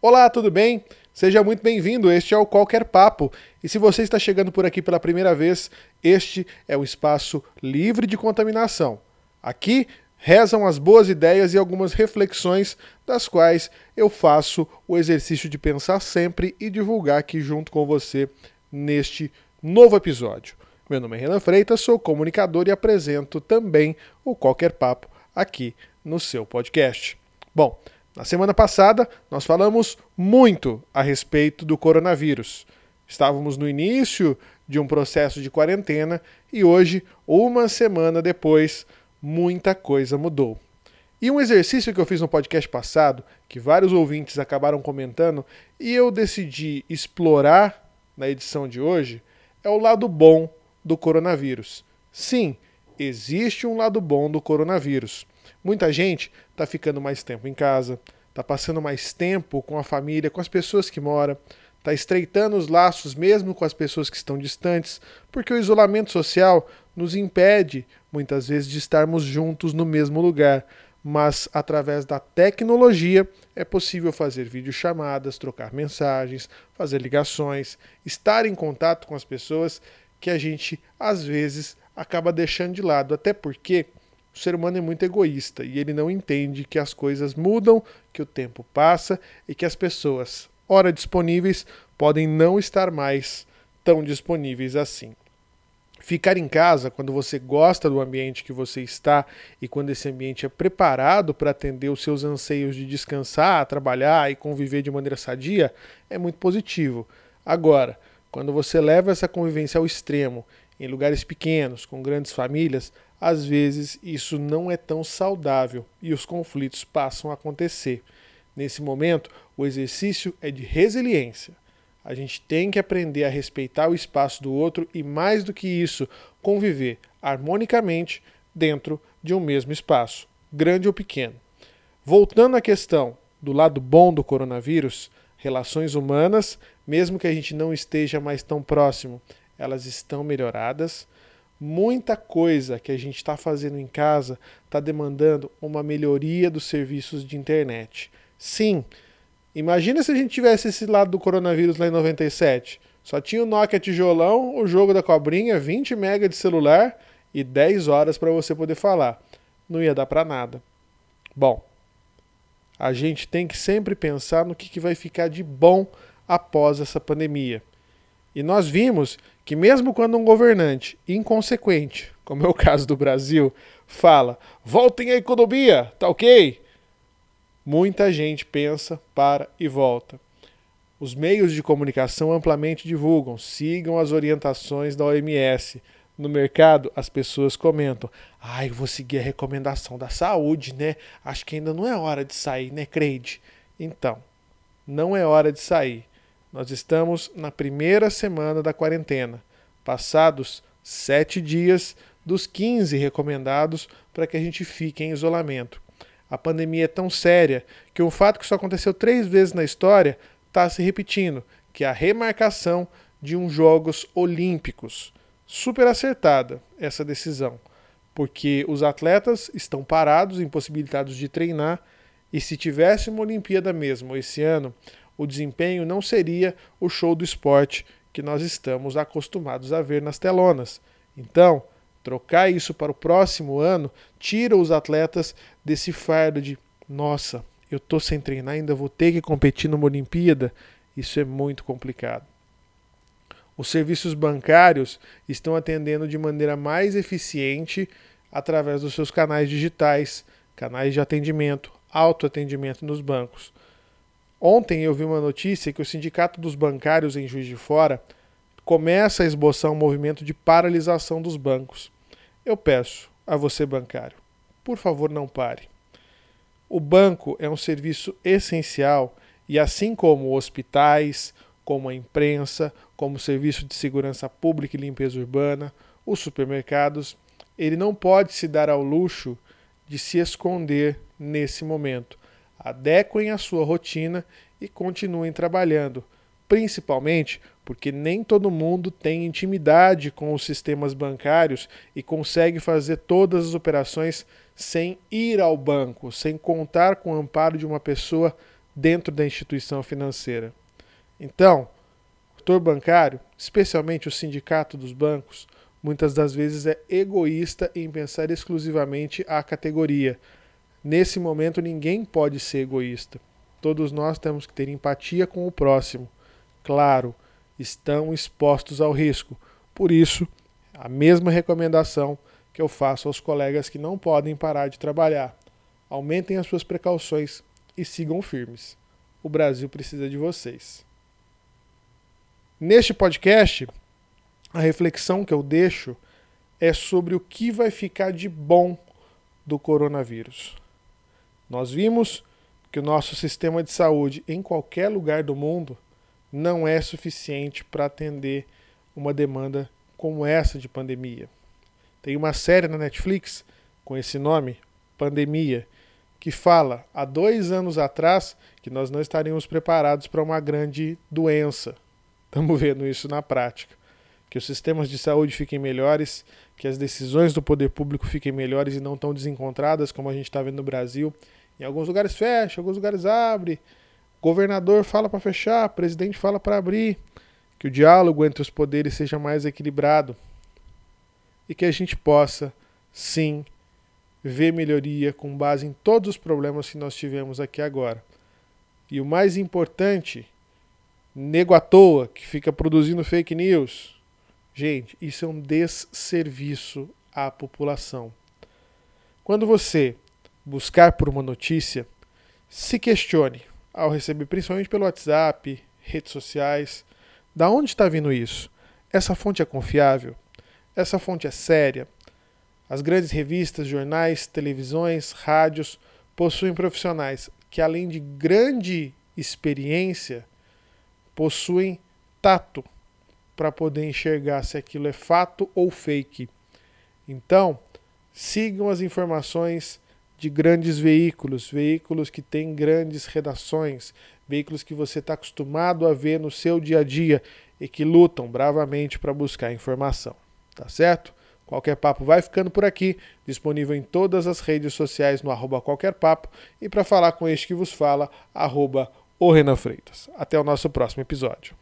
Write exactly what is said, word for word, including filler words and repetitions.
Olá, tudo bem? Seja muito bem-vindo, este é o Qualquer Papo. E se você está chegando por aqui pela primeira vez, este é um espaço livre de contaminação. Aqui rezam as boas ideias e algumas reflexões das quais eu faço o exercício de pensar sempre e divulgar aqui junto com você neste novo episódio. Meu nome é Renan Freitas, sou comunicador e apresento também o Qualquer Papo aqui no seu podcast. Bom, na semana passada, nós falamos muito a respeito do coronavírus. Estávamos no início de um processo de quarentena e hoje, uma semana depois, muita coisa mudou. E um exercício que eu fiz no podcast passado, que vários ouvintes acabaram comentando, e eu decidi explorar na edição de hoje, é o lado bom do coronavírus. Sim, existe um lado bom do coronavírus. Muita gente está ficando mais tempo em casa, está passando mais tempo com a família, com as pessoas que moram, está estreitando os laços mesmo com as pessoas que estão distantes, porque o isolamento social nos impede, muitas vezes, de estarmos juntos no mesmo lugar. Mas, através da tecnologia, é possível fazer videochamadas, trocar mensagens, fazer ligações, estar em contato com as pessoas que a gente, às vezes, acaba deixando de lado, até porque o ser humano é muito egoísta e ele não entende que as coisas mudam, que o tempo passa e que as pessoas, ora disponíveis, podem não estar mais tão disponíveis assim. Ficar em casa, quando você gosta do ambiente que você está e quando esse ambiente é preparado para atender os seus anseios de descansar, trabalhar e conviver de maneira sadia, é muito positivo. Agora, quando você leva essa convivência ao extremo, em lugares pequenos, com grandes famílias, às vezes isso não é tão saudável e os conflitos passam a acontecer. Nesse momento, o exercício é de resiliência. A gente tem que aprender a respeitar o espaço do outro e, mais do que isso, conviver harmonicamente dentro de um mesmo espaço, grande ou pequeno. Voltando à questão do lado bom do coronavírus, relações humanas, mesmo que a gente não esteja mais tão próximo, elas estão melhoradas. Muita coisa que a gente está fazendo em casa está demandando uma melhoria dos serviços de internet. Sim, imagina se a gente tivesse esse lado do coronavírus lá em noventa e sete. Só tinha o Nokia tijolão, o jogo da cobrinha, vinte megas de celular e dez horas para você poder falar. Não ia dar para nada. Bom, a gente tem que sempre pensar no que, que vai ficar de bom após essa pandemia. E nós vimos que mesmo quando um governante inconsequente, como é o caso do Brasil, fala, voltem à economia, tá ok? Muita gente pensa, para e volta. Os meios de comunicação amplamente divulgam, sigam as orientações da O M S. No mercado, as pessoas comentam, ai, ah, vou seguir a recomendação da saúde, né? Acho que ainda não é hora de sair, né, Creide? Então, não é hora de sair. Nós estamos na primeira semana da quarentena, passados sete dias dos quinze recomendados para que a gente fique em isolamento. A pandemia é tão séria que um fato que só aconteceu três vezes na história está se repetindo, que é a remarcação de uns Jogos Olímpicos. Super acertada essa decisão, porque os atletas estão parados, impossibilitados de treinar, e se tivesse uma Olimpíada mesmo esse ano, o desempenho não seria o show do esporte que nós estamos acostumados a ver nas telonas. Então, trocar isso para o próximo ano tira os atletas desse fardo de nossa, eu estou sem treinar, ainda vou ter que competir numa Olimpíada. Isso é muito complicado. Os serviços bancários estão atendendo de maneira mais eficiente através dos seus canais digitais, canais de atendimento, autoatendimento nos bancos. Ontem eu vi uma notícia que o Sindicato dos Bancários em Juiz de Fora começa a esboçar um movimento de paralisação dos bancos. Eu peço a você, bancário, por favor, não pare. O banco é um serviço essencial e, assim como hospitais, como a imprensa, como o serviço de segurança pública e limpeza urbana, os supermercados, ele não pode se dar ao luxo de se esconder nesse momento. Adequem a sua rotina e continuem trabalhando, principalmente porque nem todo mundo tem intimidade com os sistemas bancários e consegue fazer todas as operações sem ir ao banco, sem contar com o amparo de uma pessoa dentro da instituição financeira. Então, o setor bancário, especialmente o sindicato dos bancos, muitas das vezes é egoísta em pensar exclusivamente a categoria. Nesse momento, ninguém pode ser egoísta. Todos nós temos que ter empatia com o próximo. Claro, estão expostos ao risco. Por isso, a mesma recomendação que eu faço aos colegas que não podem parar de trabalhar. Aumentem as suas precauções e sigam firmes. O Brasil precisa de vocês. Neste podcast, a reflexão que eu deixo é sobre o que vai ficar de bom do coronavírus. Nós vimos que o nosso sistema de saúde em qualquer lugar do mundo não é suficiente para atender uma demanda como essa de pandemia. Tem uma série na Netflix com esse nome, Pandemia, que fala há dois anos atrás que nós não estaríamos preparados para uma grande doença. Estamos vendo isso na prática. Que os sistemas de saúde fiquem melhores, que as decisões do poder público fiquem melhores e não tão desencontradas como a gente está vendo no Brasil. Em alguns lugares fecha, em alguns lugares abre. Governador fala para fechar, presidente fala para abrir. Que o diálogo entre os poderes seja mais equilibrado. E que a gente possa, sim, ver melhoria com base em todos os problemas que nós tivemos aqui agora. E o mais importante, nego à toa, que fica produzindo fake news. Gente, isso é um desserviço à população. Quando você buscar por uma notícia, se questione ao receber, principalmente pelo WhatsApp, redes sociais, da onde está vindo isso? Essa fonte é confiável? Essa fonte é séria? As grandes revistas, jornais, televisões, rádios possuem profissionais que, além de grande experiência, possuem tato para poder enxergar se aquilo é fato ou fake. Então, sigam as informações de grandes veículos, veículos que têm grandes redações, veículos que você está acostumado a ver no seu dia a dia e que lutam bravamente para buscar informação. Tá certo? Qualquer Papo vai ficando por aqui, disponível em todas as redes sociais no arroba Qualquer Papo e para falar com este que vos fala, arroba o Renan Freitas. Até o nosso próximo episódio.